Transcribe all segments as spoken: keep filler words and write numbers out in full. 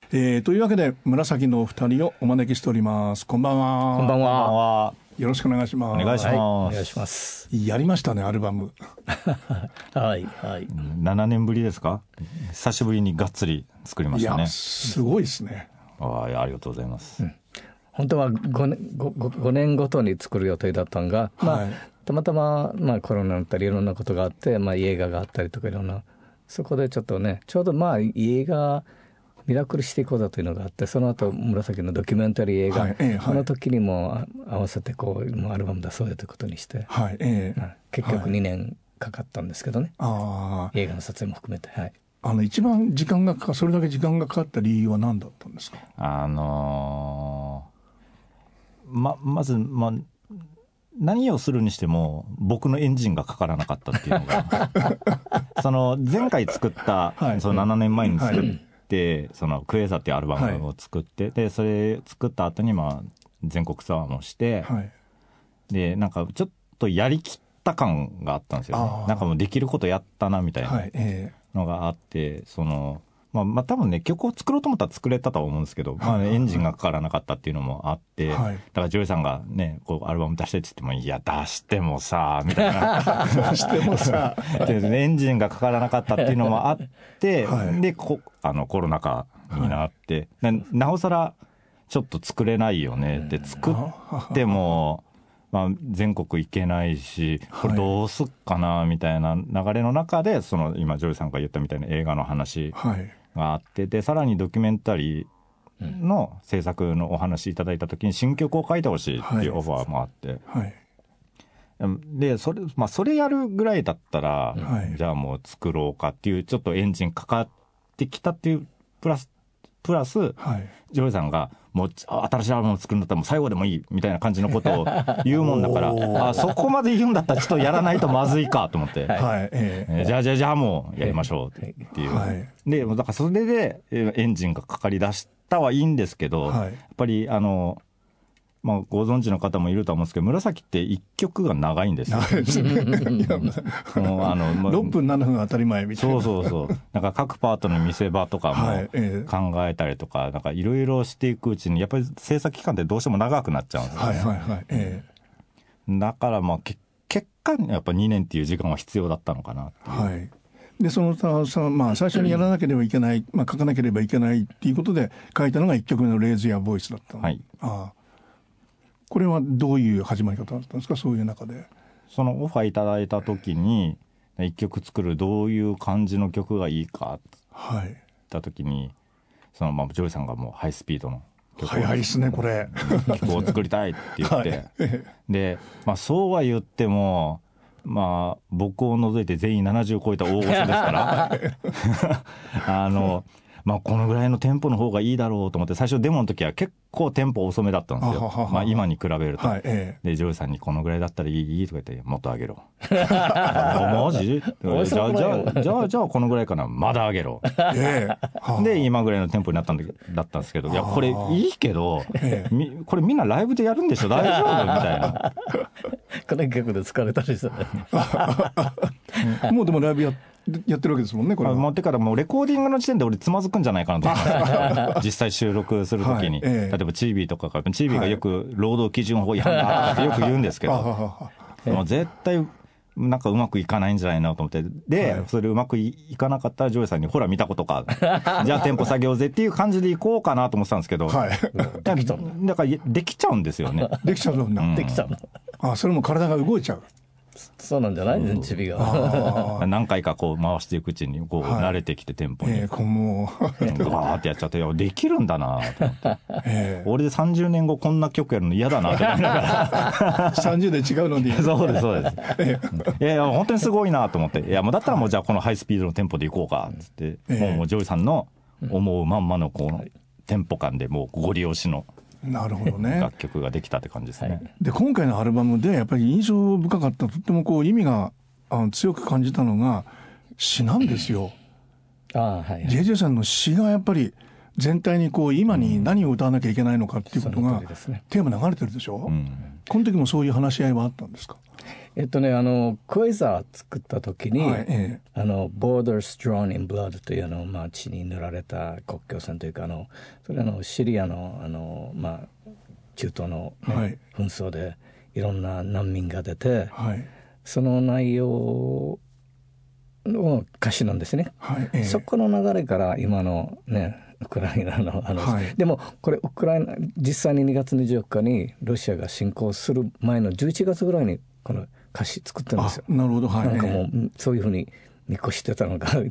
えー、というわけで紫のお二人をお招きしております。こんばんは。 こんばんは。 よろしくお願いします。 お願いします、はい、お願いします。 やりましたね、アルバム。 はいはい。 ななねんぶりですか？久しぶりにがっつり作りましたね。 いやすごいですね。 ああ、いや、ありがとうございます、うん、 本当は 5, 年 5, 5年ごとに作る予定だったのが、まあはい、たまたま、まあ、コロナだったりいろんなことがあって、まあ、映画があったりとかいろんな、そこでちょっとねちょうどまあ映画ミラクルシティ講座というのがあって、その後紫のドキュメンタリー映画、はいええ、その時にも合わせてこうアルバム出そうよということにして、はいええ、結局にねんかかったんですけどね、はい、映画の撮影も含めて、はい、 あの一番時間がかかそれだけ時間がかかった理由は何だったんですか？ あのー、ま, まず、ま何をするにしても僕のエンジンがかからなかったっていうのがその前回作った、はい、そのななねんまえに作った、はいでそのクエーザっていうアルバムを作って、はい、でそれ作った後にまあ全国ツアーもして、はい、でなんかちょっとやりきった感があったんですよね。なんかもうできることやったなみたいなのがあって、はいえー、そのまあ、まあ多分ね曲を作ろうと思ったら作れたとは思うんですけど、まあ、エンジンがかからなかったっていうのもあって、はい、だからジョイさんがねこうアルバム出してって言ってもいや出してもさみたいな出してもさでエンジンがかからなかったっていうのもあって、はい、でこあのコロナ禍になって、はい、なおさらちょっと作れないよねって作っても、まあ、全国行けないしこれどうすっかなみたいな流れの中でその今ジョイさんが言ったみたいな映画の話、はいがあってでさらにドキュメンタリーの制作のお話いただいた時に新曲を書いてほしいっていうオファーもあって、はいはい、でそれ、まあ、それやるぐらいだったら、はい、じゃあもう作ろうかっていうちょっとエンジンかかってきたっていうプラスプラス、はい、ジョイさんがもう新しいアルバムを作るんだったらもう最後でもいいみたいな感じのことを言うもんだからあそこまで言うんだったらちょっとやらないとまずいかと思って、はいえー、じゃあじゃあじゃあもうやりましょうっていう、はい、でだからそれでエンジンがかかりだしたはいいんですけど、はい、やっぱりあのまあ、ご存知の方もいると思うんですけど紫っていっきょくが長いんですよ。 長いですねもうあのろっぷんななふん当たり前みたいな。 そうそうそうなんか各パートの見せ場とかも考えたりとかいろいろしていくうちにやっぱり制作期間ってどうしても長くなっちゃうんですよね、はいはいはいえー、だからまあけ結果やっぱにねんっていう時間は必要だったのかなっていう、はいでそのささ、まあ、最初にやらなければいけない、まあ、書かなければいけないっていうことで書いたのがいっきょくめのレイズ・ヤー・ボイスだったの、はい、ああこれはどういう始まり方だったんですか？そういう中でそのオファーいただいた時にいっきょく作るどういう感じの曲がいいかって言った時に、はい、そのまあジョイさんがもうハイスピードの曲を早いですねこれ曲を作りたいって言って、はい、で、まあ、そうは言ってもまあ僕を除いて全員ななじゅう超えた大御所ですからあのまあ、このぐらいのテンポの方がいいだろうと思って最初デモの時は結構テンポ遅めだったんですよ。はははまあ、今に比べると、はいええ、でジョイさんにこのぐらいだったらいいとか言ってもっと上げろマジじゃあじゃあじゃあじゃあこのぐらいかなまだ上げろ、ええ、で今ぐらいのテンポになったんだだったんですけどいやこれいいけど、ええ、みこれみんなライブでやるんでしょ大丈夫みたいなこの曲で疲れたりするもうでもライブやってやってるわけですもんねこれは。 持ってからもうレコーディングの時点で俺つまずくんじゃないかなと思って実際収録するときに、はいええ、例えばチービーとかからチービーがよく労働基準法違反だってよく言うんですけど、はい、もう絶対なんかうまくいかないんじゃないなと思ってで、はい、それうまくいかなかったらジョイさんにほら見たことかじゃあテンポ下げようぜっていう感じでいこうかなと思ってたんですけど、はい、だ, だからできちゃうんですよねできちゃうの、うん、 できちゃうのあそれも体が動いちゃうそうなんじゃないですね、チビが何回かこう回していくうちにこう慣れてきてテンポに、はいえー、こうもうガーってやっちゃってできるんだなと思って、えー、俺でさんじゅうねんごこんな曲やるの嫌だなと思いながらさんじゅうねん違うのにそうですそうです、えー、いやいや本当にすごいなと思っていやもうだったらもうじゃあこのハイスピードのテンポでいこうかっつって、えー、もうジョイさんの思うまんまのこうテンポ感でもうご利用しのなるほどね、 楽曲ができたって感じですね、はい、 で今回のアルバムでやっぱり印象深かったとってもこう意味があの強く感じたのが詩なんですよ。あ、はいはい、ジェイジェイ さんの詩がやっぱり全体にこう今に何を歌わなきゃいけないのかっていうことが、 うんね、 テーマ流れてるでしょ、うん、この時もそういう話し合いはあったんですか？ えっとね、あのクエザー作った時に、はい、ええ、あの Borders Drawn in Blood というあの、まあ、血に塗られた国境線というか、あのそれはあのシリアの、あの、まあ、中東の、ね、はい、紛争でいろんな難民が出て、はい、その内容の歌詞なんですね、はい、ええ、そこの流れから今のねウクライナの話、はい、でもこれウクライナ実際ににがつにじゅうよっかにロシアが侵攻する前のじゅういちがつぐらいにこの歌詞作ってるんですよ。 なるほど、はい、 なんかもうそういうふうに見越してたのか、はい、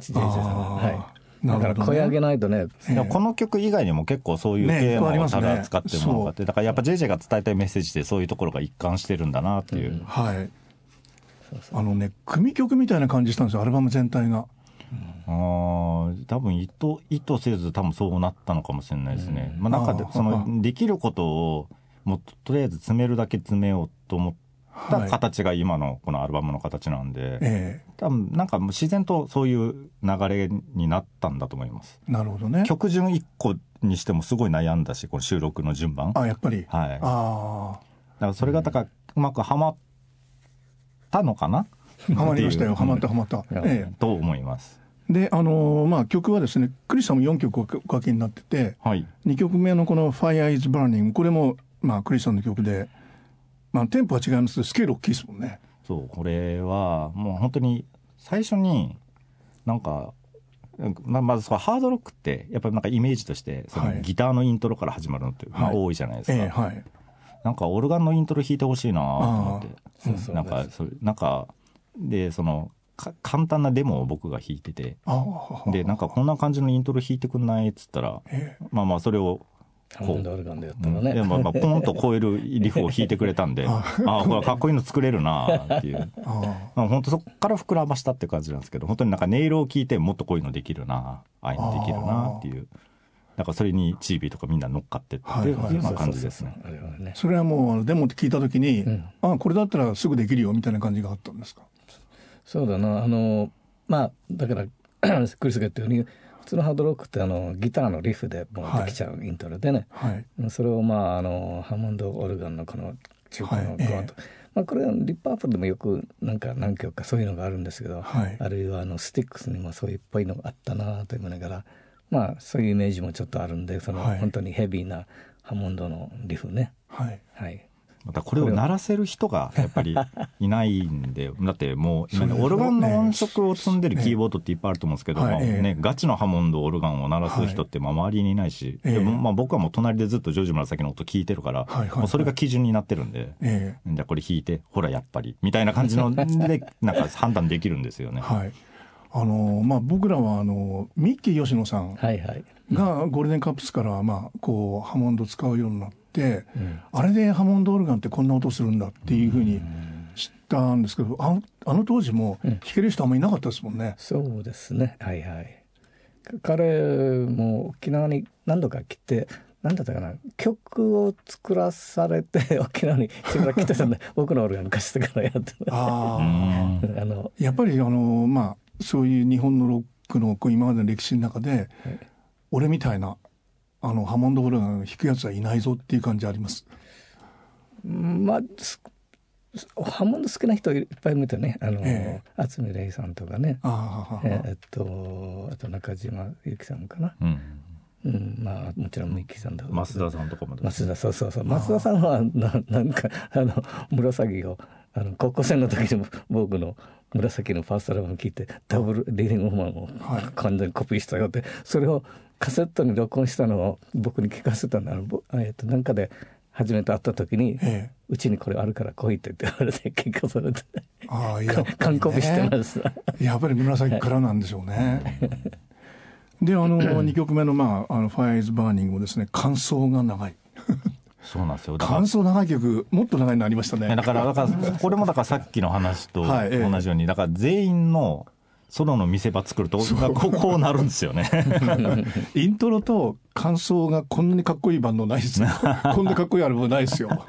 だから声上げないとね、 えー、この曲以外にも結構そういうテーマをただ扱ってるものがあって、ね、だからやっぱ ジェイジェイ が伝えたいメッセージでそういうところが一貫してるんだなっていう、うん、 はい、そうそう、あのね組曲みたいな感じしたんですよ、アルバム全体が。 うん、あ多分意図意図せず多分そうなったのかもしれないですね、うん、まあ、なんかでそのできることをもうとりあえず詰めるだけ詰めようと思った形が今のこのアルバムの形なんで、はい、えー、多分なんかもう自然とそういう流れになったんだと思います。 なるほどね。 曲順いっこにしてもすごい悩んだし、この収録の順番、 あやっぱり、 はい、 あだからそれがだからうまくはまったのかなはまりましたよ、はまったはまった、 ええ、と思います。 で、あのーまあ、曲はですね、クリスさんもよんきょくお書きになってて、はい、にきょくめのこの Fire is Burning、 これも、まあ、クリスさんの曲で、まあ、テンポは違いますけどスケール大きいですもんね。 そう、これはもう本当に最初になんかまあ、まずそのハードロックってやっぱりなんかイメージとしてそのギターのイントロから始まるのって、はい、まあ、多いじゃないですか、えーはい、なんかオルガンのイントロ弾いてほしいなと思って、そうそう、なんかそれなんかでその簡単なデモを僕が弾いてて、でなんかこんな感じのイントロ弾いてくんないっつったら、えー、まあまあそれをハモンドオルガンでやったのね、 うん、まあまあポンと超えるリフを弾いてくれたんでああこれかっこいいの作れるなっていうあ、まあ、本当そこから膨らましたって感じなんですけど、本当になんか音色を聞いてもっとこういうのできるな、ああいうのできるなっていう、なんかそれにチービーとかみんな乗っかってっていうような感じですね。 それはもうあのデモって聞いた時に、うん、あこれだったらすぐできるよみたいな感じがあったんですか？ そうだな、あのまあだからクリスが言ったように普通のハードロックってあのギターのリフでもうできちゃうイントロでね、はい、それをまああのハモンドオルガンのこの中古のグワッと、はいえーまあ、これはリップアップでもよくなんか何曲かそういうのがあるんですけど、はい、あるいはあのスティックスにもそういうっぽいのがあったなと思いながら、まあそういうイメージもちょっとあるんで、その本当にヘビーなハモンドのリフね、はいはい、 またこれを鳴らせる人がやっぱりいないんでだってもう今、ね、オルガンの音色を積んでるキーボードっていっぱいあると思うんですけど、ねはいね、ガチのハモンドオルガンを鳴らす人ってまあ周りにいないし、はいでもまあ僕はもう隣でずっとジョージ紫の音聞いてるから、はいはいはい、もうそれが基準になってるんで、ええ、じゃあこれ弾いてほらやっぱりみたいな感じのでなんか判断できるんですよね。 はい、あのまあ、僕らはあのミッキー吉野さんがゴールデンカップスからまあこうハモンド使うようになって、うん、あれでハモンドオルガンってこんな音するんだっていうふうに知ったんですけど、あの、あの当時も弾ける人あんまりいなかったですもんね、うん、 そうですね、はいはい。彼も沖縄に何度か来て何だったかな、曲を作らされて沖縄にしばらく来てたんで僕のオルガン貸してからやってああのやっぱりあの、まあ、そういう日本のロックの今までの歴史の中で、はい、俺みたいなあのハモンドオルガンを弾くやつはいないぞっていう感じあります。 まあハモンド好きな人いっぱい見てね、あの、ええ、渥美玲さんとかね、あ、えー、っとあと中島由紀さんかな、うんうん、まあもちろんミッキーさんだ、 増田さんとかも増田、そうそうそう、増田さんは な, なんかあの紫をあの高校生の時に僕の紫のファーストアルバム聞いてダブルリーディングウーマンを完全にコピーしたよって、それをカセットに録音したのを僕に聞かせたの、えー、となんかで初めて会った時に、ええ、うちにこれあるから来いって言われて結構それであやっぱり、ね、完コピしてます。 やっぱり紫からなんでしょうね。であのにきょくめの、まあ、あの Fire is Burning もですね間奏が長いそうなんですよ。 間奏長い曲もっと長いのありましたね。 だからだからこれもだからさっきの話と同じように、はい、だから全員のソロの見せ場作るとこう、こうなるんですよね。 イントロと間奏がこんなにかっこいいバンドないですよ。こんなかっこいいアルバムないですよ。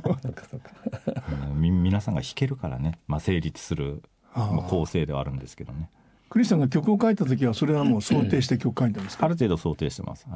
皆さんが弾けるからね、まあ、成立する構成ではあるんですけどね。 クリスさんが曲を書いた時はそれはもう想定して曲書いたんですか？ ある程度想定してます、はい。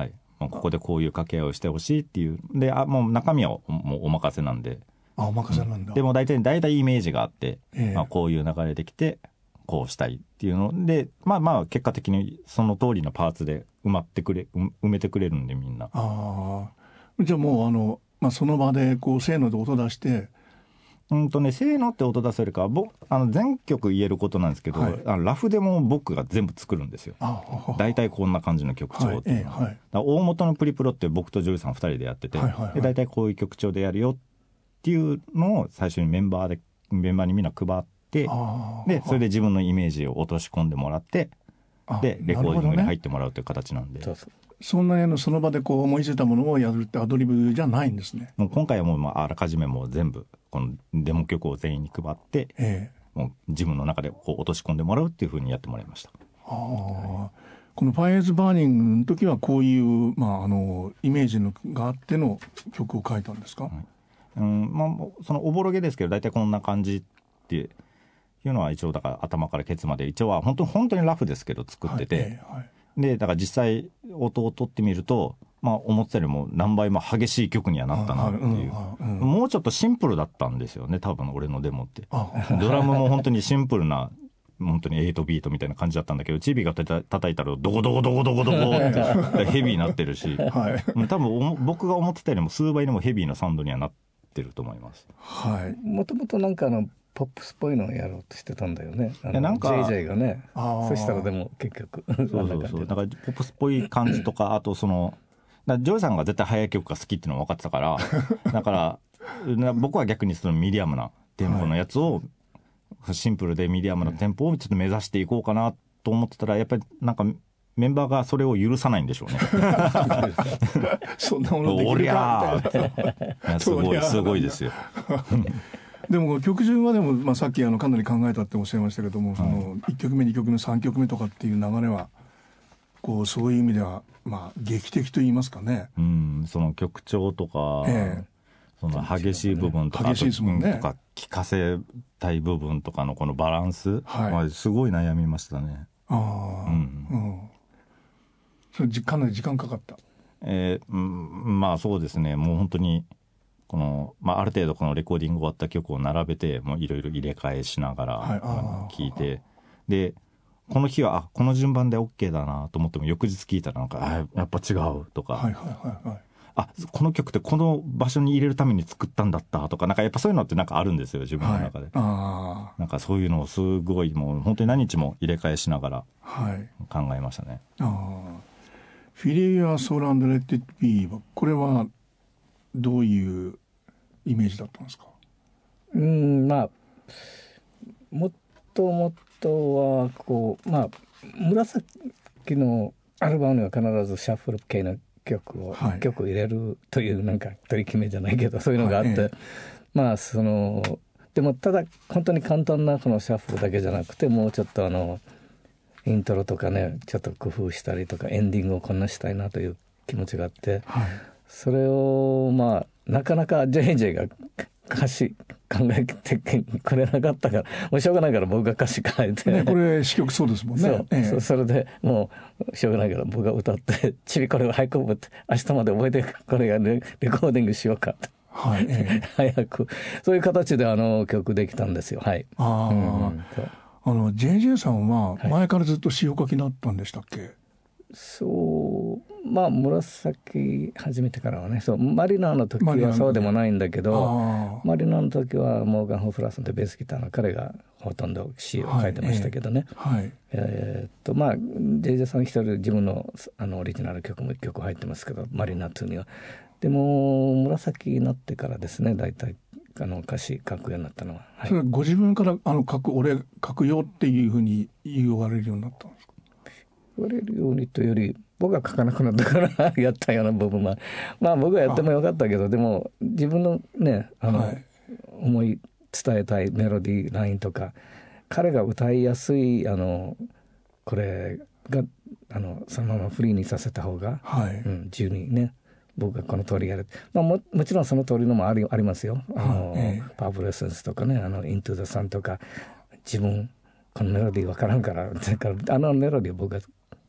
ここでこういう掛け合いをしてほしいっていうで、あもう中身はもうお任せなんで、 あお任せなんだ、 うん、でも大体大体イメージがあって、 ええ、 まあ、こういう流れできてこうしたいっていうので、まあまあ結果的にその通りのパーツで埋まってくれ埋めてくれるんでみんな。 あじゃあもうあの、まあ、その場でこうせーので音出してうんとね、せーのって音出せるか僕あの全曲言えることなんですけど、はい、あのラフでも僕が全部作るんですよ。大体こんな感じの曲調っていうのは、はいええはい、大元のプリプロって僕とジョルさんふたりでやってて、はいはいはい、で大体こういう曲調でやるよっていうのを最初にメンバーでメンバーにみんな配ってでそれで自分のイメージを落とし込んでもらってでレコーディングに入ってもらうという形なんで、ね、そうそうそんなのその場でこう思いついたものをやるってアドリブじゃないんですね。 もう今回はもうまああらかじめもう全部このデモ曲を全員に配って、ええ、もう自分の中でこう落とし込んでもらうっていう風にやってもらいました。 あ、はい、この Fire is Burning の時はこういう、まあ、あのイメージのがあっての曲を書いたんですか。はい、 うんまあ、そのおぼろげですけど大体こんな感じっていうのは一応だから頭からケツまで一応は本当に本当にラフですけど作ってて、はいはい、でだから実際音を取ってみると、まあ、思ってたよりも何倍も激しい曲にはなったなっていう、うんうん、もうちょっとシンプルだったんですよね多分俺のデモって。ドラムも本当にシンプルな本当にエイトビートみたいな感じだったんだけどチビがたた叩いたらドコドコドコドコドコってヘビーになってるし、はい、多分僕が思ってたよりも数倍にもヘビーなサウンドにはなってると思います。 はい、もともとなんかあのポップスっぽいのをやろうとしてたんだよね。あのなんか ジェイジェイ がね。そしたらでも結局そうそうそうだからポップスっぽい感じとかあとそのだジョイさんが絶対速い曲が好きっていうのは分かってたからだから僕は逆にそのミディアムなテンポのやつを、はい、シンプルでミディアムなテンポをちょっと目指していこうかなと思ってたらやっぱりなんかメンバーがそれを許さないんでしょうね。 そんなものできるかみたいな。すごいすごいですよ。 でも曲順はでも、まあ、さっきあのかなり考えたっておっしゃいましたけども、そのいっきょくめにきょくめさんきょくめとかっていう流れはこうそういう意味では、まあ、劇的と言いますかね。 うんその曲調とか、ええ、その激しい部分とか、 激しいですもんね、 とか聴かせたい部分とかのこのバランス、はいまあ、すごい悩みましたね。あ、うんうん、 それかなり時間かかった。 えー、まあそうですねもう本当にこの、まあ、ある程度このレコーディング終わった曲を並べてもういろいろ入れ替えしながら聴いて、でこの日はあこの順番で OK だなと思っても翌日聴いたらなんかあやっぱ違うとか、はいはいはいはい、あこの曲ってこの場所に入れるために作ったんだったとかなんかやっぱそういうのってなんかあるんですよ自分の中で、はい、あなんかそういうのをすごいもう本当に何日も入れ替えしながら考えましたね。はい、あフィリア・ソーランド・レッティ・ビーはこれはどういうイメージだったんですか。 うんまあもっともっとはこうまあ紫のアルバムには必ずシャッフル系の曲を、はい、曲を入れるというなんか取り決めじゃないけどそういうのがあって、はい、まあそのでもただ本当に簡単なこのシャッフルだけじゃなくてもうちょっとあのイントロとかねちょっと工夫したりとかエンディングをこんなしたいなという気持ちがあって、はい、それをまあなかなか ジェイジェイ が歌詞考えてくれなかったからもうしょうがないから僕が歌詞変えて、 ね、これ詞曲そうですもんね。 そう、ええ、そ, それでもうしょうがないから僕が歌ってちびこれを早く覚えて明日まで覚えてこれが レ, レコーディングしようかと、はいええ、早くそういう形であの曲できたんですよ。はい。あ、うん、 あの ジェイジェイ さんは前からずっと詩を書きになったんでしたっけ。はい、 そうまあ紫始めてからはねそうマリナーの時はそうでもないんだけどマリナーの時はモーガン・ホフラーソンってベースギターの彼がほとんど詩を書いてましたけどね、はいえーはいえー、っとまあ ジェイジェイ さん一人自分 の, あのオリジナル曲もいっきょく入ってますけどマリナーにはでも紫になってからですね大体あの歌詞書くようになったのは、 はい、それご自分からあの書く俺書くよっていうふうに言われるようになったんですか。 言われるようにというより僕が書かなくなったからやったような部分はまあ僕はやってもよかったけどでも自分のねあの、はい、思い伝えたいメロディーラインとか彼が歌いやすいあのこれがあのそのままフリーにさせた方が、はいうん、自由にね僕がこの通りやる、まあ、も, もちろんその通りのもあ り, ありますよあの、はいえー、パープルエッセンスとかねあのイントゥ・ザ・サンとか自分このメロディー分からんからだからあのメロディーを僕が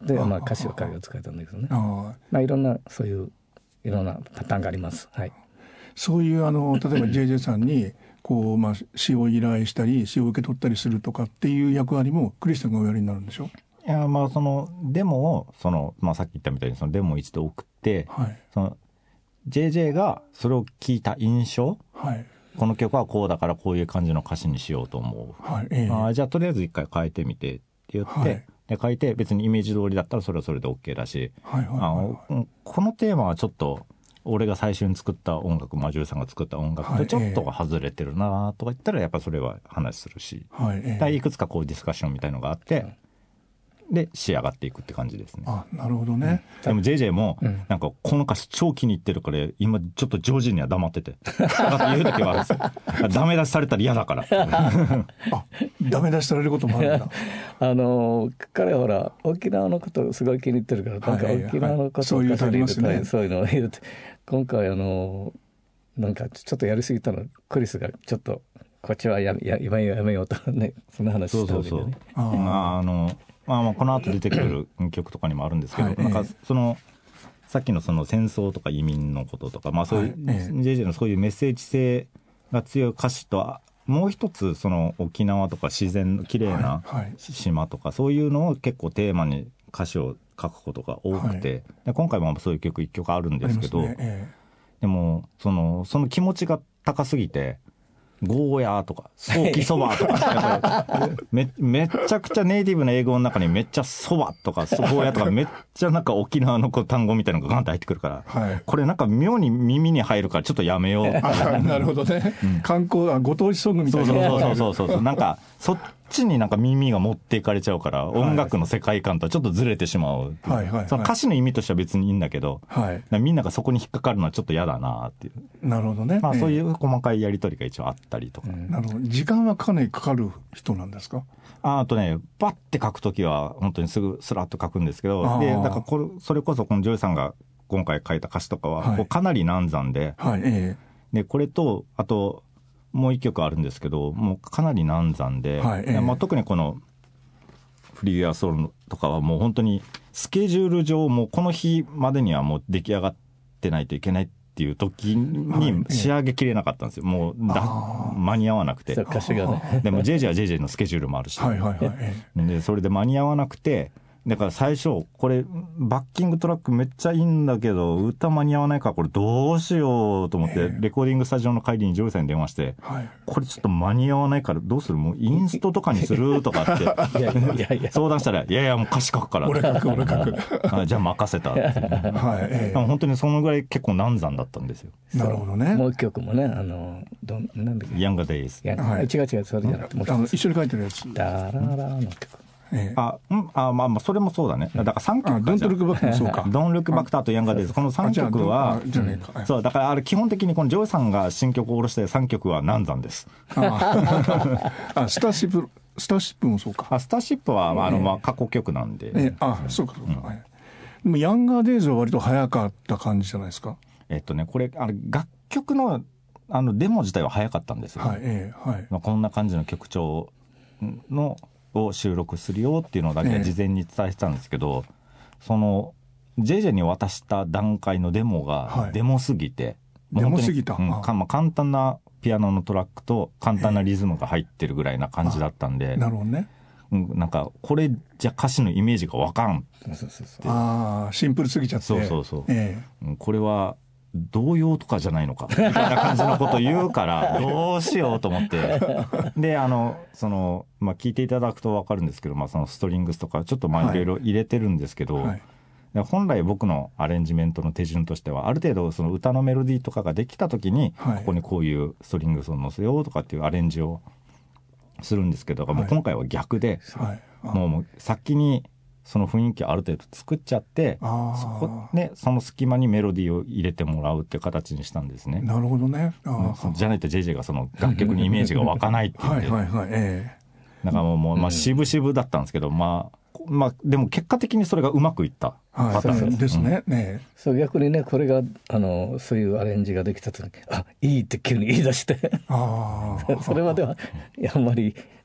で、まあ、歌詞は彼が使えたんだけどね。あ、まあ、いろんなそういういろんなパターンがあります。はい、 そういうあの例えば ジェイジェイ さんにこう、まあ、詩を依頼したり詩を受け取ったりするとかっていう役割もクリスさんがおやりになるんでしょ？ いや、まあそのデモをその、まあ、さっき言ったみたいにそのデモを一度送って、はい、その ジェイジェイ がそれを聞いた印象、はい、この曲はこうだからこういう感じの歌詞にしようと思う、はい、えー、あじゃあとりあえず一回変えてみてって言って、はい、で変えて別にイメージ通りだったらそれはそれで OK だし、はいはいはいはい、あのこのテーマはちょっと俺が最初に作った音楽、マジューさんが作った音楽とちょっと外れてるなとか言ったらやっぱりそれは話するし、はい、えー、いくつかこうディスカッションみたいのがあって、で仕上がっていくって感じですね。 あ、なるほどね。 うん、でも ジェイジェイ もなんかこの歌詞超気に入ってるから今ちょっと上手には黙ってて言う時はあるんですよ。ダメ出しされたら嫌だからあ、 ダメ出しされることもあるんだあの彼はほら沖縄のことすごい気に入ってるから、なんか沖縄のことを語り入れたりそういうのを言うて、今回あのなんかちょっとやりすぎたのクリスがちょっとこっちはやややめようやめようとね、そんな話したわけでね。そうそうそう、 ああのまあ、まあこの後出てくる曲とかにもあるんですけど、はい、なんかそのさっきのその戦争とか移民のこととか、まあ、そういう、はい、ジェイジェイ のそういうメッセージ性が強い歌詞ともう一つその沖縄とか自然の綺麗な島とかそういうのを結構テーマに歌詞を書くことが多くて、はい、で今回もそういう曲一曲あるんですけど、ねええ、でもそのその気持ちが高すぎてゴーヤーとかソーキそばとかめ, めちゃくちゃネイティブな英語の中にめっちゃそばとかゴーヤーとかめっちゃなんか沖縄の単語みたいなのがガンと入ってくるから、はい、これなんか妙に耳に入るからちょっとやめようなるほどね、うん、観光ご当地ソングみたいな、 そうそうそうそうそうなんかそっちになんか耳が持っていかれちゃうから、はい、音楽の世界観とはちょっとずれてしまうっていう、はいはいはい、その歌詞の意味としては別にいいんだけど、はい、みんながそこに引っかかるのはちょっと嫌だなっていう。 なるほどね、 まあ、そういう細かいやり取りが一応あったりとか、 うん、なるほど。時間はかなりかかる人なんですか？ あ, あとねバッて書くときは本当にすぐスラッと書くんですけど、でだからこれそれこそこのジョイさんが今回書いた歌詞とかは、はい、かなり難産で、はいえー、でこれとあともう一曲あるんですけどもうかなり難産で、はいえーまあ、特にこのフリーアソロとかはもう本当にスケジュール上もうこの日までにはもう出来上がってないといけないっていう時に仕上げきれなかったんですよ。もうだ間に合わなくて、 歌詞がね、 でも ジェイジェイ は ジェイジェイ のスケジュールもあるし、はいはいはい、でそれで間に合わなくて、だから最初これバッキングトラックめっちゃいいんだけど歌間に合わないからこれどうしようと思ってレコーディングスタジオの帰りにジョイさんに電話して、はい、これちょっと間に合わないからどうする、もうインストとかにするとかっていやいやいや相談したらいやいやもう歌詞書くから俺書く俺書くあじゃあ任せたって、はいえー、本当にそのぐらい結構難産だったんですよ。 なるほどね。 もう一曲もねあのどなんだっけヤンガーデイズ、 はい、違う違うそれじゃなくてもう一つ一緒に書いてるやつダララの曲、 ええ、あ、うん、あ、まあまあそれもそうだね。だからさんきょくか。 ドントルックバックもそうか。 ドンルックバックとあとヤンガーデイズ。このさんきょくは、そうだからあれ基本的にこのジョイさんが新曲を下ろしてさんきょくは難産です。 ああスターシップスターシップもそうか。 あスターシップは、まあ、あのまあ過去曲なんで。 ええ、あそうかそうか。うん、でもヤンガーデイズは割と早かった感じじゃないですか。 えっとねこれあの楽曲のあのデモ自体は早かったんですよ。はいええはい。まあこんな感じの曲調のを収録するよっていうのだけは事前に伝えてたんですけど、ええ、その ジェイジェイ に渡した段階のデモがデモすぎて、 はい、デモすぎた、 うんかまあ、簡単なピアノのトラックと簡単なリズムが入ってるぐらいな感じだったんで、 ええ、なるほどね、 うん、なんかこれじゃ歌詞のイメージがわからんってそうそうそうあシンプルすぎちゃってそうそうそう、ええ、これは童謡とかじゃないのかみたいな感じのことを言うからどうしようと思ってであのその、まあ、聞いていただくと分かるんですけど、まあ、そのストリングスとかちょっとまあいろいろ入れてるんですけど、はいはい、本来僕のアレンジメントの手順としてはある程度その歌のメロディーとかができた時に、はい、ここにこういうストリングスを乗せようとかっていうアレンジをするんですけど、はい、もう今回は逆で、はい、もうもう先にその雰囲気をある程度作っちゃってそこでその隙間にメロディーを入れてもらうっていう形にしたんですね。 なるほどね。あじゃないと ジェイジェイ がその楽曲にイメージが湧かないって言ってはいはいはい、えー、だからもう、まあ、渋々だったんですけど、まあまあ、でも結果的にそれがうまくいったパターンです、 はい、ですね、うん、ねそう逆にねこれがあのそういうアレンジができた時にあいいって急に言い出してあそれまではあんまり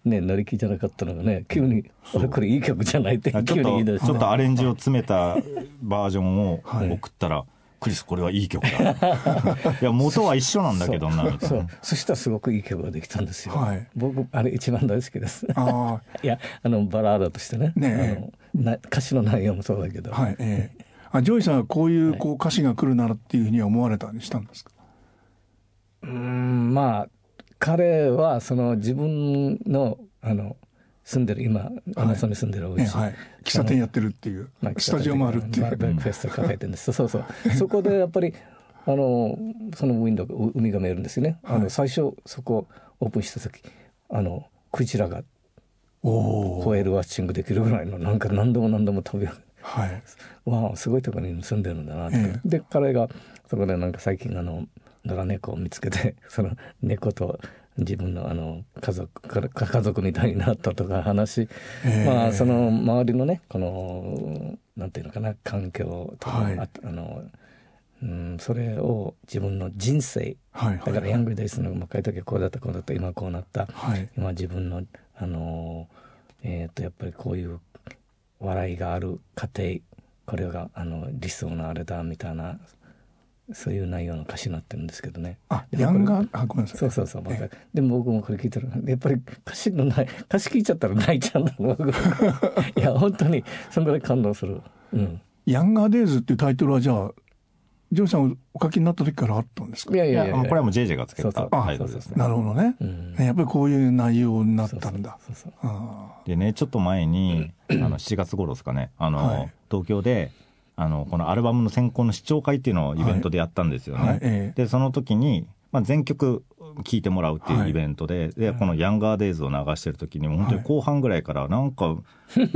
ね、乗り気じゃなかったのがね、急にあれこれいい曲じゃないって急に言い出して、 ちょっとアレンジを詰めたバージョンを送ったら、はい、クリスこれはいい曲だいや元は一緒なんだけどなみたいな。 そう、そしたらすごくいい曲ができたんですよ、はい、僕あれ一番大好きです。 あいやあのバラードとして ね, ねあのな歌詞の内容もそうだけど、 はい、えー、あジョイさんはこういう、こう歌詞が来るならっていうふうには思われたりしたんですか？ うーん、まあ彼はその自分のあの住んでる今アマゾンに住んでるお家、 はいはい、喫茶店やってるっていう、まあ、スタジオもあるっていう、 ブレックフェストカフェってんですそうそうそこでやっぱりあのそのウィンドウ海が見えるんですよね、はい、あの最初そこオープンした時あのクジラがホエールワッチングできるぐらいのなんか何度も何度も飛び、はい、わあすごいところに住んでるんだなって、ええ、で彼がそこでなんか最近あの野良猫を見つけてその猫と自分のあの家族家族みたいになったとか話、えー、まあその周りのねこのなんていうのかな環境とか、はい、ああの、うん、それを自分の人生、はいはいはい、だからヤングデイズの若い時はこうだったこうだった今こうなった、はい、今自分のあのえっとやっぱりこういう笑いがある家庭これがあの理想のあれだみたいなそういう内容の歌詞になってるんですけどね。 あ、ヤンガー、あ、ごめんなさい。 そうそうそう。ええ、でも僕もこれ聞いてる。やっぱり歌詞のない、歌詞聞いちゃったら泣いちゃうんだろう。いや、本当に、そのぐらい感動する。うん。 ヤンガーデイズっていうタイトルはじゃあ、ジョイさんお書きになった時からあったんですか？ いやいやいや、 これはもう ジェイジェイ がつけたタイトルですね。 なるほどね、うん。やっぱりこういう内容になったんだ。 そうそうそうそう。 でね、ちょっと前に、あのしちがつ頃ですかね、あの、はい、東京で、あのこのアルバムの先行の視聴会っていうのをイベントでやったんですよね、はいはいえー、でその時に、まあ、全曲聴いてもらうっていうイベントで、はい、でこのヤンガーデイズを流してる時に本当に後半ぐらいからなんか、はい、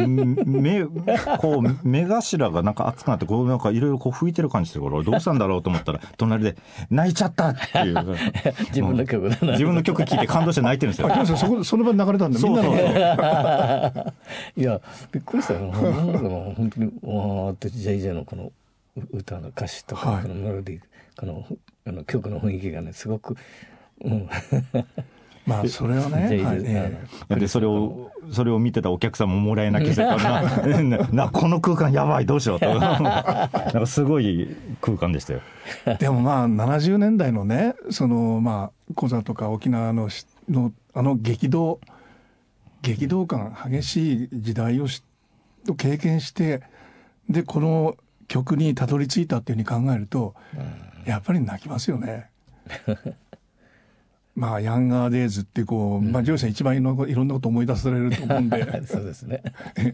目こう目頭がなんか熱くなってこうなんかいろいろこう吹いてる感じしてるからどうしたんだろうと思ったら隣で泣いちゃったっていう自分の曲だな自分の曲聴いて感動して泣いてるんですよ。 そこその場に流れたんでみんなのいやびっくりしたよ。なんだろう本当にわーって ジェイジェイ のこの歌の歌詞とか、はい、このメロディーこのあの曲の雰囲気がねすごく、うん、 まあそれはね、はいえー、でそれをそれを見てたお客さんももらい泣きしてたらななこの空間やばいどうしようとなんかすごい空間でしたよ。 でもまあななじゅうねんだいのねそのまあコザとか沖縄ののあの激動激動感激しい時代をし経験してでこの曲にたどり着いたっていうふうに考えると、うん、やっぱり泣きますよね。まあヤンガーデイズってこう、うん、まあジョイさん一番いろんなこと思い出されると思うんでそうですね、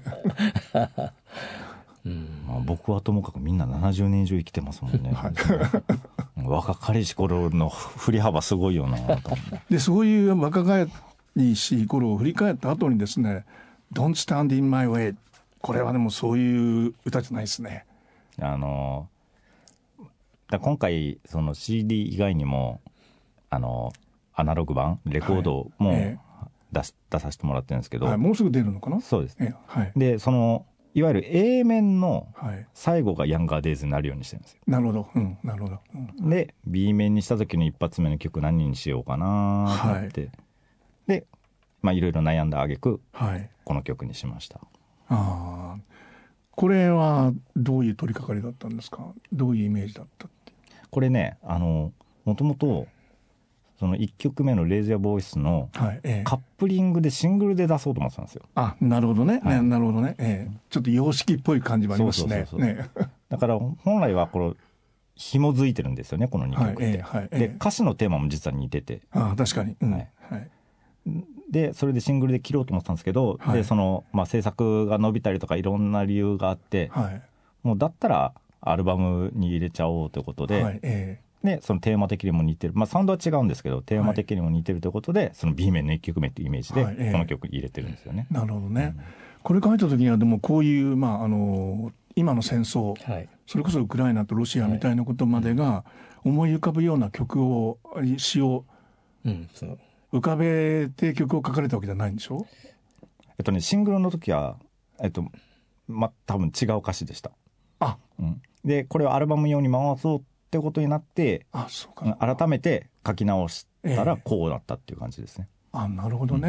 うんまあ、僕はともかくみんなななじゅうねん以上生きてますもんね、はい、若かりし頃の振り幅すごいよなとでそういう若かりし頃を振り返った後にですね Don't Stand in My Way これはでもそういう歌じゃないですね。 あのだ今回その シーディー 以外にもあのアナログ版レコードも、はいえー、出, し出させてもらってるんですけど、 はい、もうすぐ出るのかな。 そうです、 えーはい、 でそのいわゆる A 面の最後がヤンガーデイズになるようにしてるんですよ。 なるほど、うん、なるほど、 うん、で B 面にした時の一発目の曲何にしようかなと思って、はい、でまあいろいろ悩んだ挙句、はい、この曲にしました。 ああこれはどういう取り掛かりだったんですか。どういうイメージだったって。 これねあのもともとそのいっきょくめのレイジアボイスのカップリングでシングルで出そうと思ってたんですよ。 あなるほどね、はい、なるほどね、ええ、ちょっと洋式っぽい感じもありますね。 だから本来はこれ紐づいてるんですよねこのにきょくって、はいえはいえ、で歌詞のテーマも実は似ててあ確かに、うんはいはい、 でそれでシングルで切ろうと思ってたんですけど、はい、でその、まあ、制作が伸びたりとかいろんな理由があって、はい、もうだったらアルバムに入れちゃおうということで、はいえー、でそのテーマ的にも似てる、まあ、サウンドは違うんですけどテーマ的にも似てるということで、はい、その B 面のいっきょくめっていうイメージでこの曲入れてるんですよね、 はいえー、なるほどね、うん、これ書いた時にはでもこういう、まあ、あの今の戦争、はい、それこそウクライナとロシアみたいなことまでが思い浮かぶような曲を詩を、うん、そう浮かべて曲を書かれたわけじゃないんでしょ。 えっとねシングルの時はえっとま多分違う歌詞でした。 あ、 うん、でこれをアルバム用に回そうってことになってあそうか改めて書き直したらこうだったっていう感じですね、 えー、あなるほどね、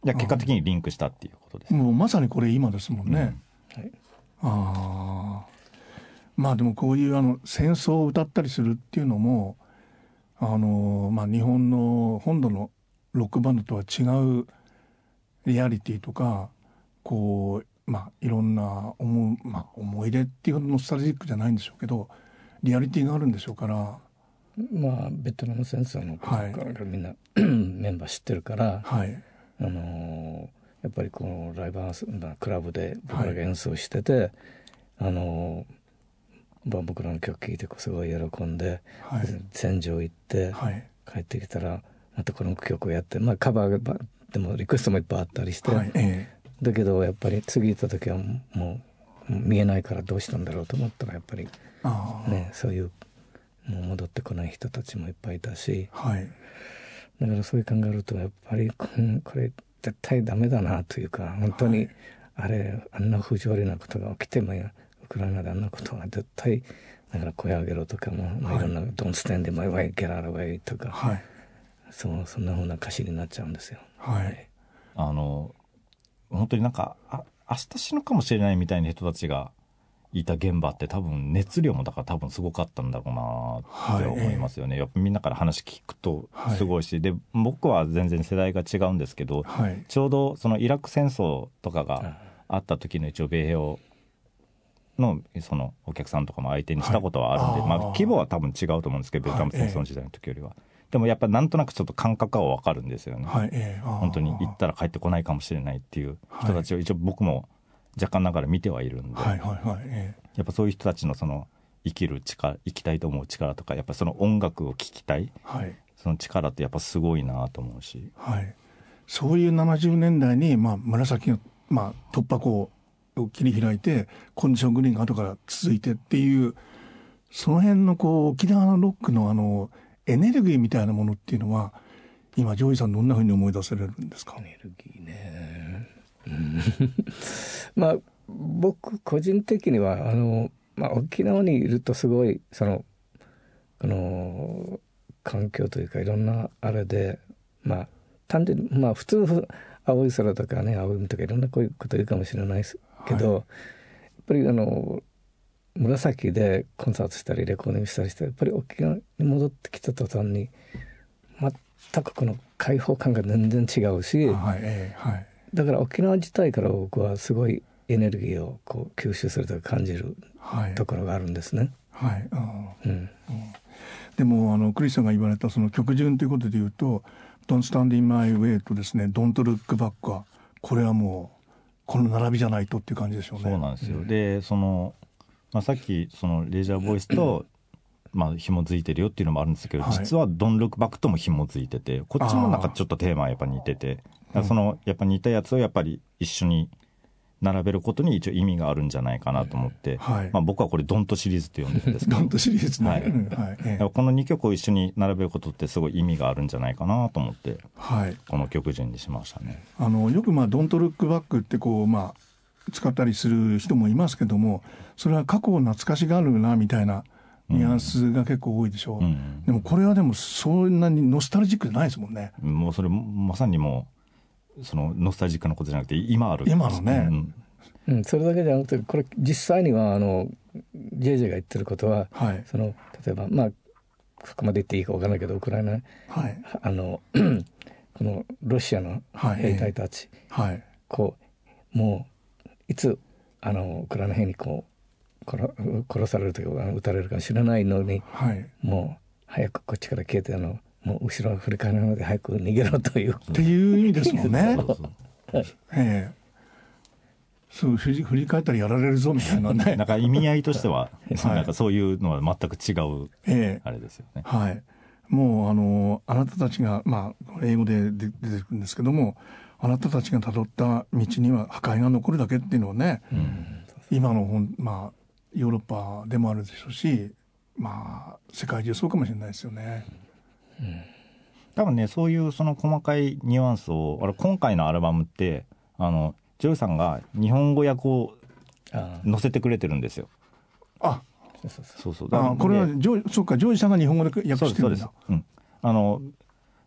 いや結果的にリンクしたっていうことです。 もうまさにこれ今ですもんね、 うん、はい、 あまあでもこういうあの戦争を歌ったりするっていうのもあの、まあ、日本の本土のロックバンドとは違うリアリティとかこう、まあ、いろんな思, まあ、思い出っていうほどノスタルジックじゃないんでしょうけどリアリティがあるんでしょうから、 まあベトナム戦争のことからみんな、はい、メンバー知ってるから、はい、あのやっぱりこのライブハウスクラブで僕らが演奏してて、はい、あの僕らの曲聴いてすごい喜んで、はい、戦場行って、はい、帰ってきたらまたこの曲をやって、まあ、カバーがでもリクエストもいっぱいあったりして、はい、えー、だけどやっぱり次行った時はもう見えないからどうしたんだろうと思ったらやっぱり、ね、そういうもう戻ってこない人たちもいっぱいいたし、はい、だからそういう考えるとやっぱりこれ絶対ダメだなというか本当に、はい、あれあんな不条理なことが起きてもウクライナであんなことは絶対だから声上げろとかも、まあ、いろんな「Don't stand in my way, get out of way」とか、はい、そうそんな風な歌詞になっちゃうんですよ。はい、 あの本当になんかあ明日死ぬかもしれないみたいな人たちがいた現場って多分熱量もだから多分すごかったんだろうなって思いますよね、はい、やっぱみんなから話聞くとすごいし、はい、で僕は全然世代が違うんですけど、はい、ちょうどそのイラク戦争とかがあった時の一応米兵をのそのお客さんとかも相手にしたことはあるんで、はい、まあ、規模は多分違うと思うんですけど、ベトナム戦争の時代の時よりは、はい、でもやっぱなんとなくちょっと感覚は分かるんですよね、はい、本当に行ったら帰ってこないかもしれないっていう人たちを一応僕も若干ながら見てはいるんで、はいはいはい、えー、やっぱそういう人たちのその生きる力、生きたいと思う力とかやっぱその音楽を聴きたい、はい、その力ってやっぱすごいなと思うし、 はい、そういうななじゅうねんだいに、まあ、紫の、まあ、突破口を切り開いてコンディショングリーンが後から続いてっていうその辺のこう沖縄のロックのあのエネルギーみたいなものっていうのは今ジョージさんどんなふうに思い出せれるんですか？ エネルギーね、うんまあ僕個人的にはあの、まあ、沖縄にいるとすごいそのこの環境というかいろんなあれでまあ単純にまあ普通青い空とかね青い海とかいろんなこういうこと言うかもしれないですけど、はい、やっぱりあの紫でコンサートしたりレコーディングしたりしてやっぱり沖縄に戻ってきた途端に全くこの開放感が全然違うし、はいえーはい、だから沖縄自体から僕はすごいエネルギーをこう吸収するとか感じるところがあるんですね。はい、はいうんうん、 でもあのクリスさんが言われたその曲順ということでいうと「Don't Stand in My Way」とですね「Don't Look Back」はこれはもうこの並びじゃないとっていう感じでしょうね。 そうなんですよ、うん、でその、まあ、さっきそのレジャーボイスとまあ紐づいてるよっていうのもあるんですけど、はい、実は「Don't Look Back」とも紐づいててこっちもなんかちょっとテーマやっぱ似ててだからそのやっぱ似たやつをやっぱり一緒に並べることに一応意味があるんじゃないかなと思って、はいまあ、僕はこれドントシリーズって呼んでるんですけどドントシリーズね、はいはい、このにきょくを一緒に並べることってすごい意味があるんじゃないかなと思って、はい、この曲順にしましたね。 あのよくまあドントルックバックってこう、まあ、使ったりする人もいますけどもそれは過去を懐かしがるなみたいなニュアンスが結構多いでしょう、うん、でもこれはでもそんなにノスタルジックじゃないですもんね。 もうそれまさにもうそのノスタルジックなことじゃなくて今ある今のね、うんうん、それだけじゃなくてこれ実際にはあの ジェイジェイ が言ってることは、はい、その例えばまあここまで言っていいか分からないけどウクライナ、はい、あのこのロシアの兵隊たち、はい、こうもういつあのウクライナ兵にこう 殺, 殺されるというか撃たれるか知らないのに、はい、もう早くこっちから消えてあのもう後ろ振り返らないで早く逃げろというっていう意味ですもんね。はい、ええそう振り、振り返ったらやられるぞみたいなねなんか意味合いとしては、はい、なんかそういうのは全く違う、えー、あれですよね。 はい、もうあのあなたたちが、まあ、英語で出てくるんですけどもあなたたちがたどった道には破壊が残るだけっていうのはね、うん、今の本、まあ、ヨーロッパでもあるでしょうし、まあ、世界中そうかもしれないですよね。 うん、多分ねそういうその細かいニュアンスをあれ今回のアルバムってあのジョイさんが日本語訳を載せてくれてるんですよ。 あ、 そうそう。 あ、これはジョー、そうか、ジョージさんが日本語で訳してるんだ。 そうです。うん。あの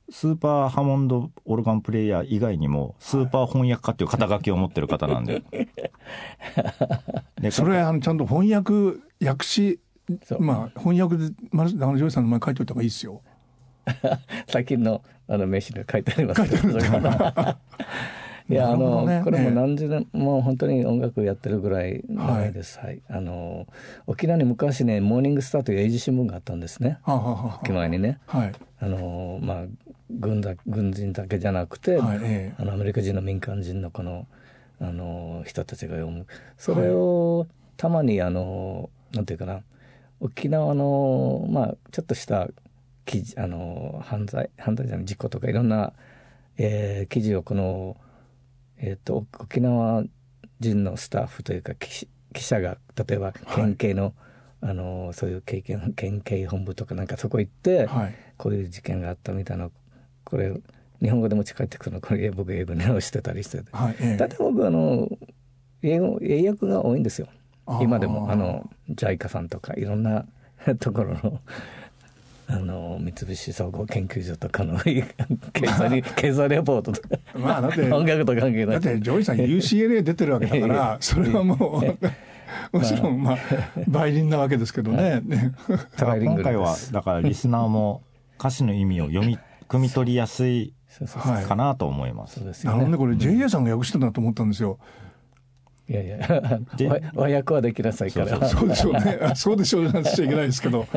スーパーハモンドオルガンプレイヤー以外にもスーパー翻訳家っていう肩書きを持ってる方なんで、 でそれあのちゃんと翻訳訳詞、まあ、翻訳で中野ジョイさんの前書いておいた方がいいですよ。 最近のあの名刺に書いてありますけどいや、あの、ね、これも何十年もう本当に音楽やってるぐらい長いです、はいはい、あの沖縄に昔ねモーニングスターという英字新聞があったんですね、ははは沖縄にね、はい、あのまあ、軍だ軍人だけじゃなくて、はいえー、あのアメリカ人の民間人のこの、あの人たちが読むそれを、はい、たまにあのなんていうかな沖縄の、まあ、ちょっとした記事あの犯罪犯罪じゃない事故とかいろんな、えー、記事をこのえー、と沖縄人のスタッフというか記者が例えば県警の、はい、あのそういう経験県警本部とかなんかそこ行って、はい、こういう事件があったみたいなこれ日本語で持ち帰ってくるのこれ僕英語で直してたりしてて、はいえー、だって僕あの英語英訳が多いんですよ今でもあのジャイカさんとかいろんなところのあの三菱総合研究所とかの経済経済レポートとか、まあ、だって音楽と関係ない。 だってジョイさん ユーシーエルエー 出てるわけだからそれはもうもちろんまあバイリンなわけですけどね。 今回はだからリスナーも歌詞の意味を読み汲み取りやすいかなと思います。 なるほどね。これ ジェイエー さんが訳してたと思ったんですよ。 いやいや和訳はできなさいからそうでしょうねそうでしょうなんてしちゃいけないですけど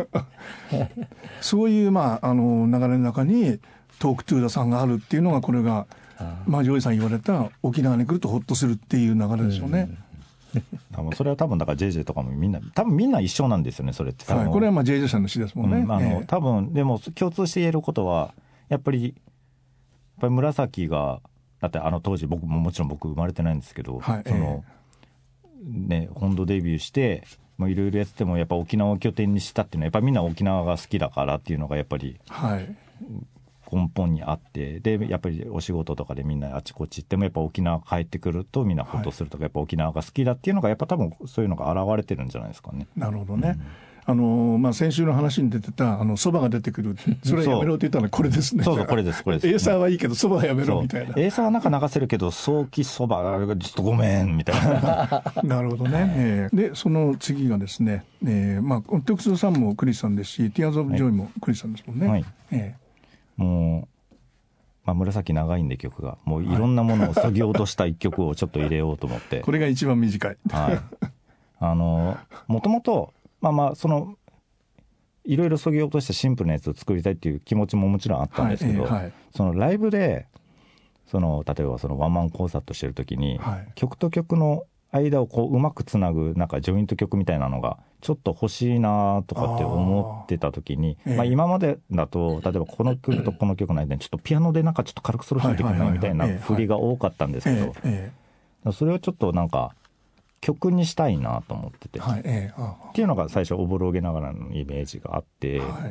そういう、まあ、あの流れの中にトークトゥーダさんがあるっていうのがこれがまあジョイさん言われた沖縄に来るとホッとするっていう流れでしょうね、 うん、それは多分だから ジェイジェイ とかもみんな多分みんな一緒なんですよねそれって多分、 はい、これはまあ ジェイジェイ さんの詩ですもんね、 うん、あの、えー、多分でも共通して言えることはやっぱりやっぱり紫がだってあの当時僕ももちろん僕生まれてないんですけど、はい、その、えー、ね本土デビューしていろいろやっててもやっぱ沖縄を拠点にしたっていうのはやっぱみんな沖縄が好きだからっていうのがやっぱり根本にあって、でやっぱりお仕事とかでみんなあちこち行ってもやっぱ沖縄帰ってくるとみんなホッとするとか、はい、やっぱ沖縄が好きだっていうのがやっぱ多分そういうのが現れてるんじゃないですかね。 なるほどね、うんあのまあ、先週の話に出てたあの蕎麦が出てくるそれはやめろって言ったのはこれですね。 そうそうこれですこれです。 エーサーはいいけど蕎麦はやめろみたいな。 エーサーはなんか流せるけど早期蕎麦ちょっとごめんみたいななるほどね、えー、でその次がですね、えーまあ、トクスドさんもクリスさんですしティアーズ・オブ・ジョイもクリスさんですもんね、はいえー、もう、まあ、紫長いんで曲がもういろんなものをそぎ落とした一曲をちょっと入れようと思ってこれが一番短い、 はい、あのもともとまあまあそのいろいろそぎ落としたシンプルなやつを作りたいっていう気持ちももちろんあったんですけど、はいえーはい、そのライブでその例えばそのワンマンコンサートしてる時に、はい、曲と曲の間をこううまくつなぐなんかジョイント曲みたいなのがちょっと欲しいなとかって思ってた時にあ、まあ、今までだと例えばこの曲とこの曲の間にちょっとピアノでなんかちょっと軽くソロ弾いてくれないみたいな振りが多かったんですけど、それをちょっとなんか曲にしたいなと思ってて、はいえー、あっていうのが最初おぼろげながらのイメージがあって、はい、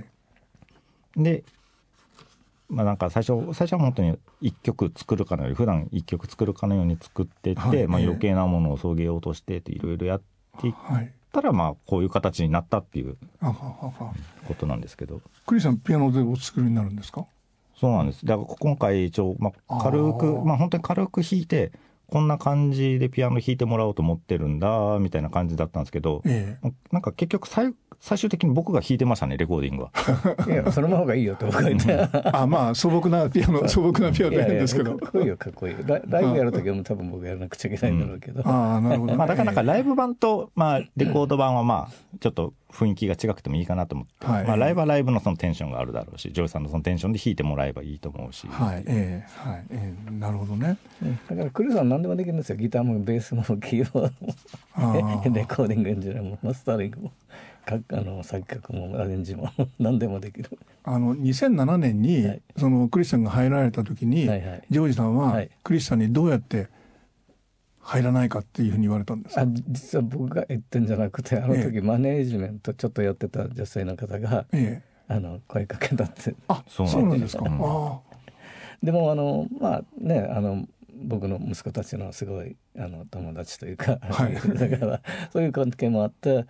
で、まあ、なんか最初最初は本当に一曲作るかのように普段一曲作るかのように作ってって、はいまあ、余計なものをそげ落としてっていろいろやっていったら、まあこういう形になったっていうことなんですけど。 クリさんピアノでお作りになるんですか？ そうなんです。だから今回一応、まあ、軽くまあ本当に軽く弾いてこんな感じでピアノ弾いてもらおうと思ってるんだみたいな感じだったんですけど、ええ、なんか結局最最終的に僕が弾いてましたねレコーディングは。 いやその方がいいよって僕が言ってあまあ素朴なピアノ素朴なピアノ大変ですけどかっこいいよかっこいいライブやるときは多分僕やらなくちゃいけないんだろうけど、 うん、あなるほど、ねまあ、だからなんかライブ版と、まあ、レコード版はまあちょっと雰囲気が違くてもいいかなと思って、はいまあ、ライブはライブのそのテンションがあるだろうしジョイさんのそのテンションで弾いてもらえばいいと思うし、 はいえーはいえー、なるほどね、 うん、だからクリさん何でもできるんですよ。ギターもベースもキーボードもレコーディングエンジニアもマスタリングもあの作曲もアレンジも何でもできる。 あのにせんななねんに、はい、そのクリスさんが入られた時に、はいはい、ジョージさんはクリスさんにどうやって入らないかっていうふうに言われたんですか？ あ実は僕が言ってんじゃなくてあの時、ええ、マネージメントちょっとやってた女性の方が、ええ、あの声かけたって。 あそうなんですか。あでもあのまあねあの僕の息子たちのすごいあの友達というか、はい、だからそういう関係もあって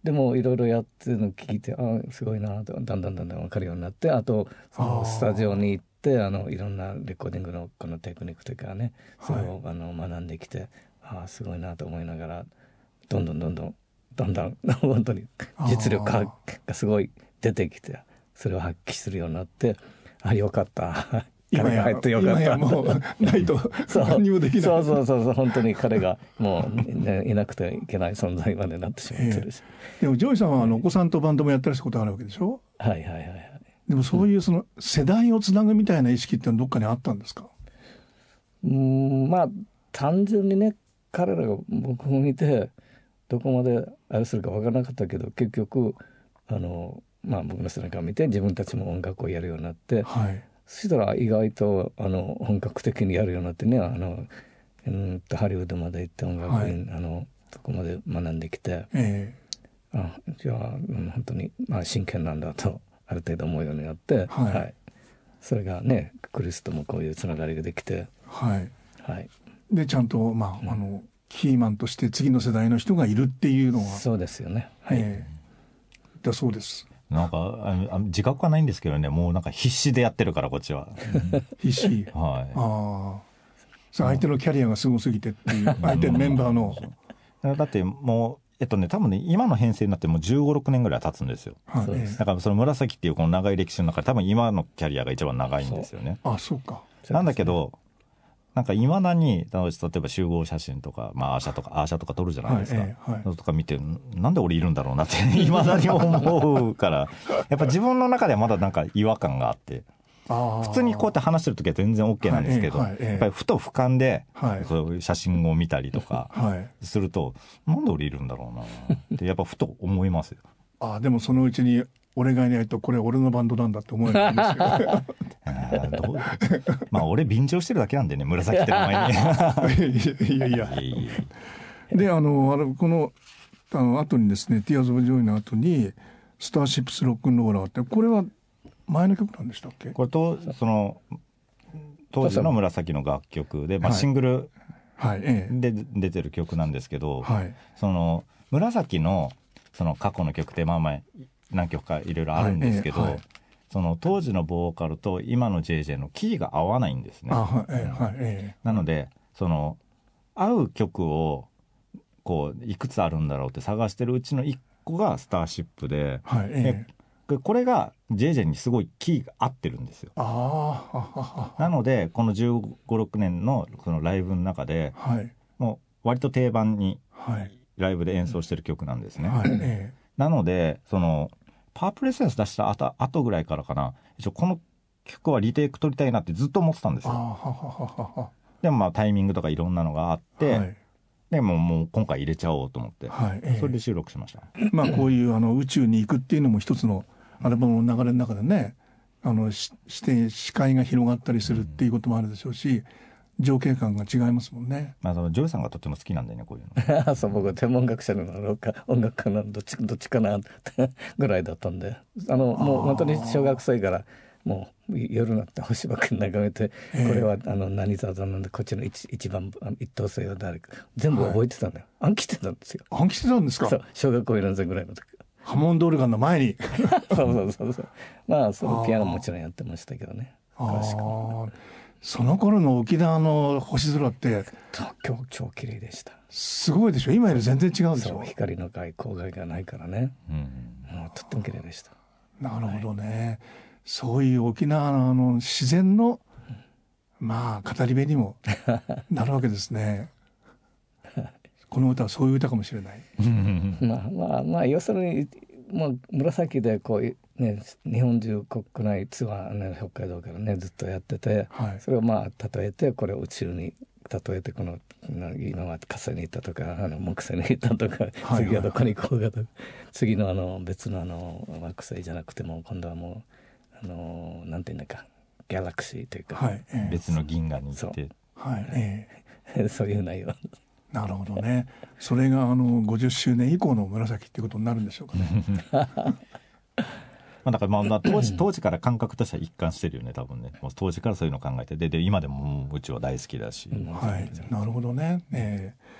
でもいろいろやってるの聞いて、あすごいなとだんだんだんだん分かるようになって、あとそのスタジオに行ってあのいろんなレコーディングのこのテクニックというかね、それを、はい、あの学んできて、あすごいなと思いながらどんどんどんどんだんだん本当に実力がすごい出てきて、それを発揮するようになって、あよかった今や彼が入ってよかった、 今やもうないと何にもできない。 そうそうそうそう、本当に彼がもう、ね、いなくていけない存在までなってしまってるし、 えー、でもジョイさんはあのお子さんとバンドもやったりしたことあるわけでしょ。 はいはいはいはい。 でもそういうその世代をつなぐみたいな意識ってのはどっかにあったんですか。 うーんまあ単純にね、彼らが僕を見てどこまであれするか分からなかったけど、結局あの、まあ、僕の背中を見て自分たちも音楽をやるようになって、はい、そしたら意外とあの本格的にやるようになってね、あのうんとハリウッドまで行って音楽院、はい、あのそこまで学んできて、えー、あじゃあ、うん、本当に、まあ、真剣なんだとある程度思うようになって、はいはい、それがねクリスともこういうつながりができて、 はいはい、 でちゃんと、まあ、うん、あのキーマンとして次の世代の人がいるっていうのはそうですよね、はい、 えー、だそうです。 なんかあ自覚はないんですけどね、もうなんか必死でやってるからこっちは必死、はい、あそ相手のキャリアがすごすぎてっていう相手のメンバーのだってもうえっとね多分ね今の編成になってもうじゅうご、ろくねんぐらい経つんですよ、はい、だからその紫っていうこの長い歴史の中で多分今のキャリアが一番長いんですよね。 あそうか。 なんだけどなんかいまだに例えば集合写真とか、まあ、アーシャとかアーシャとか撮るじゃないですか、はいはいはい、とか見てなんで俺いるんだろうなっていまだに思うからやっぱ自分の中ではまだなんか違和感があって、あ普通にこうやって話してる時は全然 OK なんですけど、はいはい、やっぱりふと俯瞰で、はい、そういう写真を見たりとかすると、はい、なんで俺いるんだろうなってやっぱふと思いますよ。 あでもそのうちに俺がいないとこれ俺のバンドなんだって思えるんですよあどうまあ俺便乗してるだけなんでね、紫って名前にいやいやいやであのあのこのあの後にですね Tears of Joy の後にスターシップスロックンローラーって、これは前の曲なんでしたっけ。 これとその当時の紫の楽曲で、まあ、シングルで出てる曲なんですけど、はい、その紫のその過去の曲ってまあまあ何曲かいろいろあるんですけど、はいえーはい、その当時のボーカルと今の ジェイジェイ のキーが合わないんですね。あ、はいえーはいえー、なのでその合う曲をこういくつあるんだろうって探してるうちのいっこがスターシップで、はいえー、これが ジェイジェイ にすごいキーが合ってるんですよ。あなのでこのじゅうご、ろくねんのそのライブの中で、はい、もう割と定番にライブで演奏してる曲なんですね。はいえー、なのでそのパープルエッセンス出した後、後ぐらいからかな、一応この曲はリテイク取りたいなってずっと思ってたんですよ。あはははでもまあタイミングとかいろんなのがあって、はい、でももう今回入れちゃおうと思って、はいえー、それで収録しました。 まあこういうあの宇宙に行くっていうのも一つのアルバムの流れの中でね、あのしして視界が広がったりするっていうこともあるでしょうし、情景感が違いますもんね。 まあ、そのジョイさんがとても好きなんだよねこういうのそう僕は天文学者なのか音楽家なのどっちどっちかなぐらいだったんで、あのもう本当に小学生からもう夜になって星ばっかり眺めて、えー、これはあの何座座なんでこっちの 一, 一番一等星は誰か全部覚えてたんだよ、はい、暗記してたんですよ。 暗記してたんですか。 そう小学校よねん生ぐらいの時。 ハモンドオルガンの前にそうそうそうそうまあそのピアノもちろんやってましたけどね。 あその頃の沖縄の星空って超超綺麗でした。 すごいでしょ。今より全然違うでしょ。 そう光の害光害がないからね、うん、もうとっても綺麗でした。 なるほどね、はい、そういう沖縄のあの自然の、うん、まあ語り部にもなるわけですねこの歌はそういう歌かもしれないまあまあまあ要するにもう紫でこうね日本中国内ツアー、ね、北海道からねずっとやってて、はい、それをまあ例えてこれを宇宙に例えてこの今は火星に行ったとかあの木星に行ったとか、はい、次はどこに行こうかとか、はい、次のあの別のあの惑星じゃなくても今度はもうあのなんていうんだかギャラクシーというか、 はいえー、別の銀河に行って、 はいえー、そういう内容なるほどね。それがあのごじゅっしゅうねん以降の紫っていうことになるんでしょうかねまあだからまあ当時、当時から感覚としては一貫してるよね多分ね。もう当時からそういうのを考えてでで今でも宇宙は大好きだし、 はい、なるほどね、えー、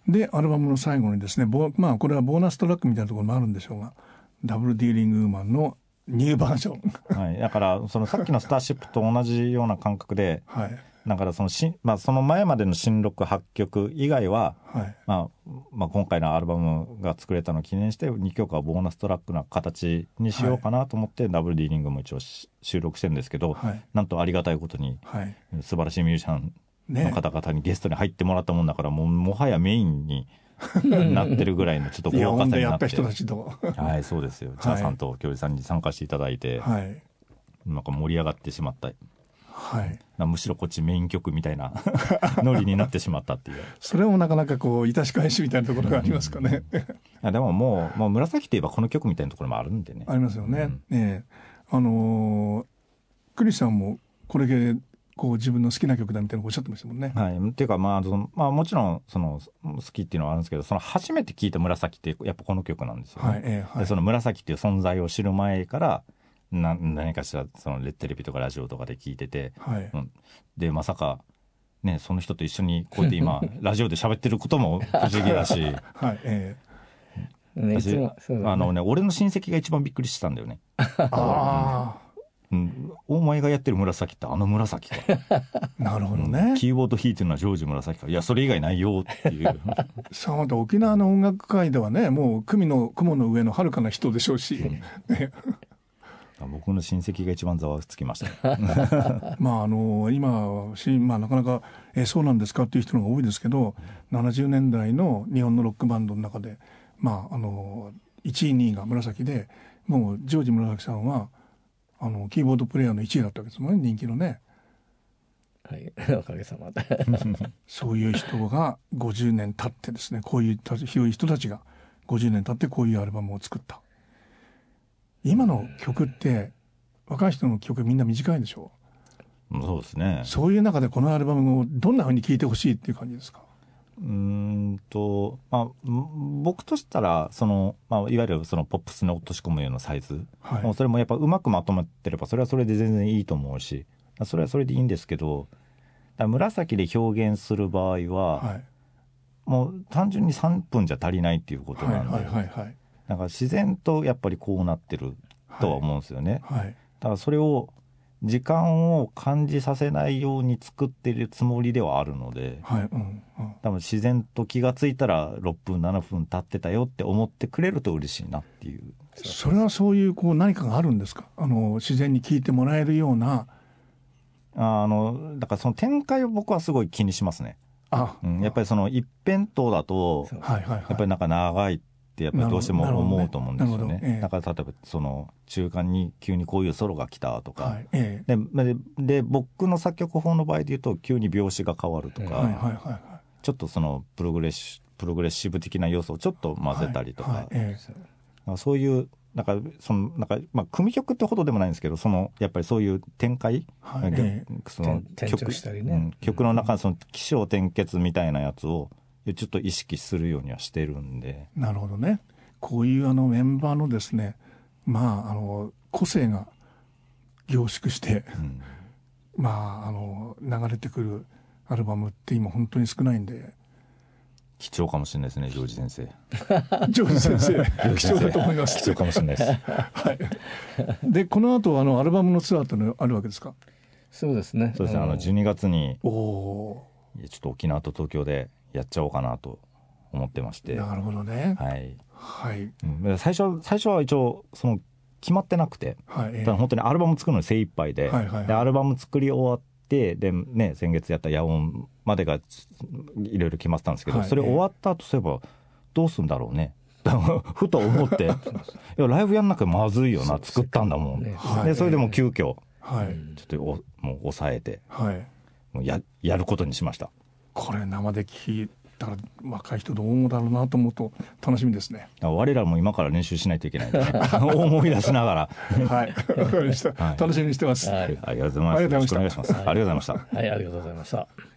でアルバムの最後にですね、ボまあこれはボーナストラックみたいなところもあるんでしょうが、ダブルディーリングウーマンのニューバージョン、はい、 だからそのさっきのスターシップと同じような感覚で、 はい、 だからそのし、まあ、その前までの新録はちきょく以外は、 はいまあまあ、今回のアルバムが作れたのを記念してにきょくはボーナストラックな形にしようかなと思って、はい、ダブルディーリングも一応収録してるんですけど、はい、なんとありがたいことに、はい、素晴らしいミュージシャンの方々にゲストに入ってもらったもんだから、もうもはやメインになってるぐらいのちょっと豪華さになって、 人たちとはい、そうですよ、チャーさんと京平さんに参加していただいて、はい、なんか盛り上がってしまった、はい、むしろこっちメイン曲みたいなノリになってしまったっていう。 それもなかなかこう致し返しみたいなところがありますかね。 あでももう、もう紫といえばこの曲みたいなところもあるんでね。 ありますよね。うん、えー、あのー、クリスさんもこれでこう自分の好きな曲だみたいなのおっしゃってましたもんね。 はい、っていうか、まあそのまあ、もちろんその好きっていうのはあるんですけど、その初めて聴いた紫ってやっぱこの曲なんですよね。はいえーはい、でその紫っていう存在を知る前からな何かしらそのテレビとかラジオとかで聞いてて、はいうん、でまさか、ね、その人と一緒にこうやって今ラジオで喋ってることも不思議だし、はいえー、私、ねあのね、俺の親戚が一番びっくりしたんだよね。あうん、お前がやってる紫ってあの紫かなるほどね、 うん、キーボード弾いてるのはジョージ紫か、いやそれ以外ないよっていうさあまた沖縄の音楽界ではね、もう雲の雲の上の遥かな人でしょうし、ね僕の親戚が一番ざわつきました、ね、 まああの今し、まあ、なかなかえそうなんですかっていう人が多いですけど、ななじゅうねんだいの日本のロックバンドの中で、まあ、あのいちいにいが紫で、もうジョージ紫さんはあのキーボードプレイヤーのいちいだったわけですもんね、人気のね。 はい、おかげさまでそういう人がごじゅうねん経ってですね、こういう広い人たちがごじゅうねん経ってこういうアルバムを作った。今の曲って若い人の曲みんな短いでしょ。 そうですね。 そういう中でこのアルバムをどんな風に聴いてほしいっていう感じですか。 うーんと、まあ、僕としたらその、まあ、いわゆるそのポップスに落とし込むようなサイズ、はい、もうそれもやっぱうまくまとまってればそれはそれで全然いいと思うし、それはそれでいいんですけど、だ紫で表現する場合は、はい、もう単純にさんぷんじゃ足りないっていうことなんで、はいはいはいはい、だから自然とやっぱりこうなってるとは思うんですよね、はいはい、だからそれを時間を感じさせないように作ってるつもりではあるので、はいうんうん、多分自然と気がついたらろっぷんななふん経ってたよって思ってくれると嬉しいなっていう。 それはそういうこう何かがあるんですか、あの自然に聞いてもらえるような。 あのだからその展開を僕はすごい気にしますね。あ、うん、やっぱりその一辺倒だと、はいはいはい、やっぱりなんか長いってやっぱりどうしても思うと思うんですよね。ねええ、だから例えばその中間に急にこういうソロが来たとか、はいええ、で, で僕の作曲法の場合で言うと急に拍子が変わるとか、はいはいはいはい、ちょっとそのプログレッシプログレッシブ的な要素をちょっと混ぜたりとか、はいはいええ、そういうなんかそのなんか、まあ、組曲ってほどでもないんですけど、そのやっぱりそういう展開、はいええ、その 曲, したり、ねうん、曲の中のその起承転結みたいなやつをちょっと意識するようにはしてるんで。 なるほどね。こういうあのメンバーのですね、まああの個性が凝縮して、うん、まああの流れてくるアルバムって今本当に少ないんで。 貴重かもしれないですね、ジョージ先生。 ジョージ先生、貴重だと思います。 貴重かもしれないです。 はい。でこの後あのアルバムのツアーってのあるわけですか。 そうですね。 そうですね。あのじゅうにがつにおちょっと沖縄と東京でやっちゃおうかなと思ってまして。 なるほどね。 はい。 はい。 うん、最初最初は一応その決まってなくて、はい、ただ本当にアルバム作るのに精一杯で、はいはいはい、でアルバム作り終わってでね先月やった野音までがいろいろ決まってたんですけど、はい、それ終わった後そういえばどうすんだろうね。ふと思っていやライブやんなきゃまずいよな、作ったんだもん、ねはい、でそれでも急遽、はい、ちょっとおもう抑えて、はい、もう や, やることにしました。 これ生で聞いたら若い人どう思うだろうなと思うと楽しみですね。 我らも今から練習しないといけないんで、ね、思い出しながらはいわかりました、はい、楽しみにしてます、 はい、ありがとうございます。よろしくお願いします。ありがとうございました。 はい、ありがとうございました。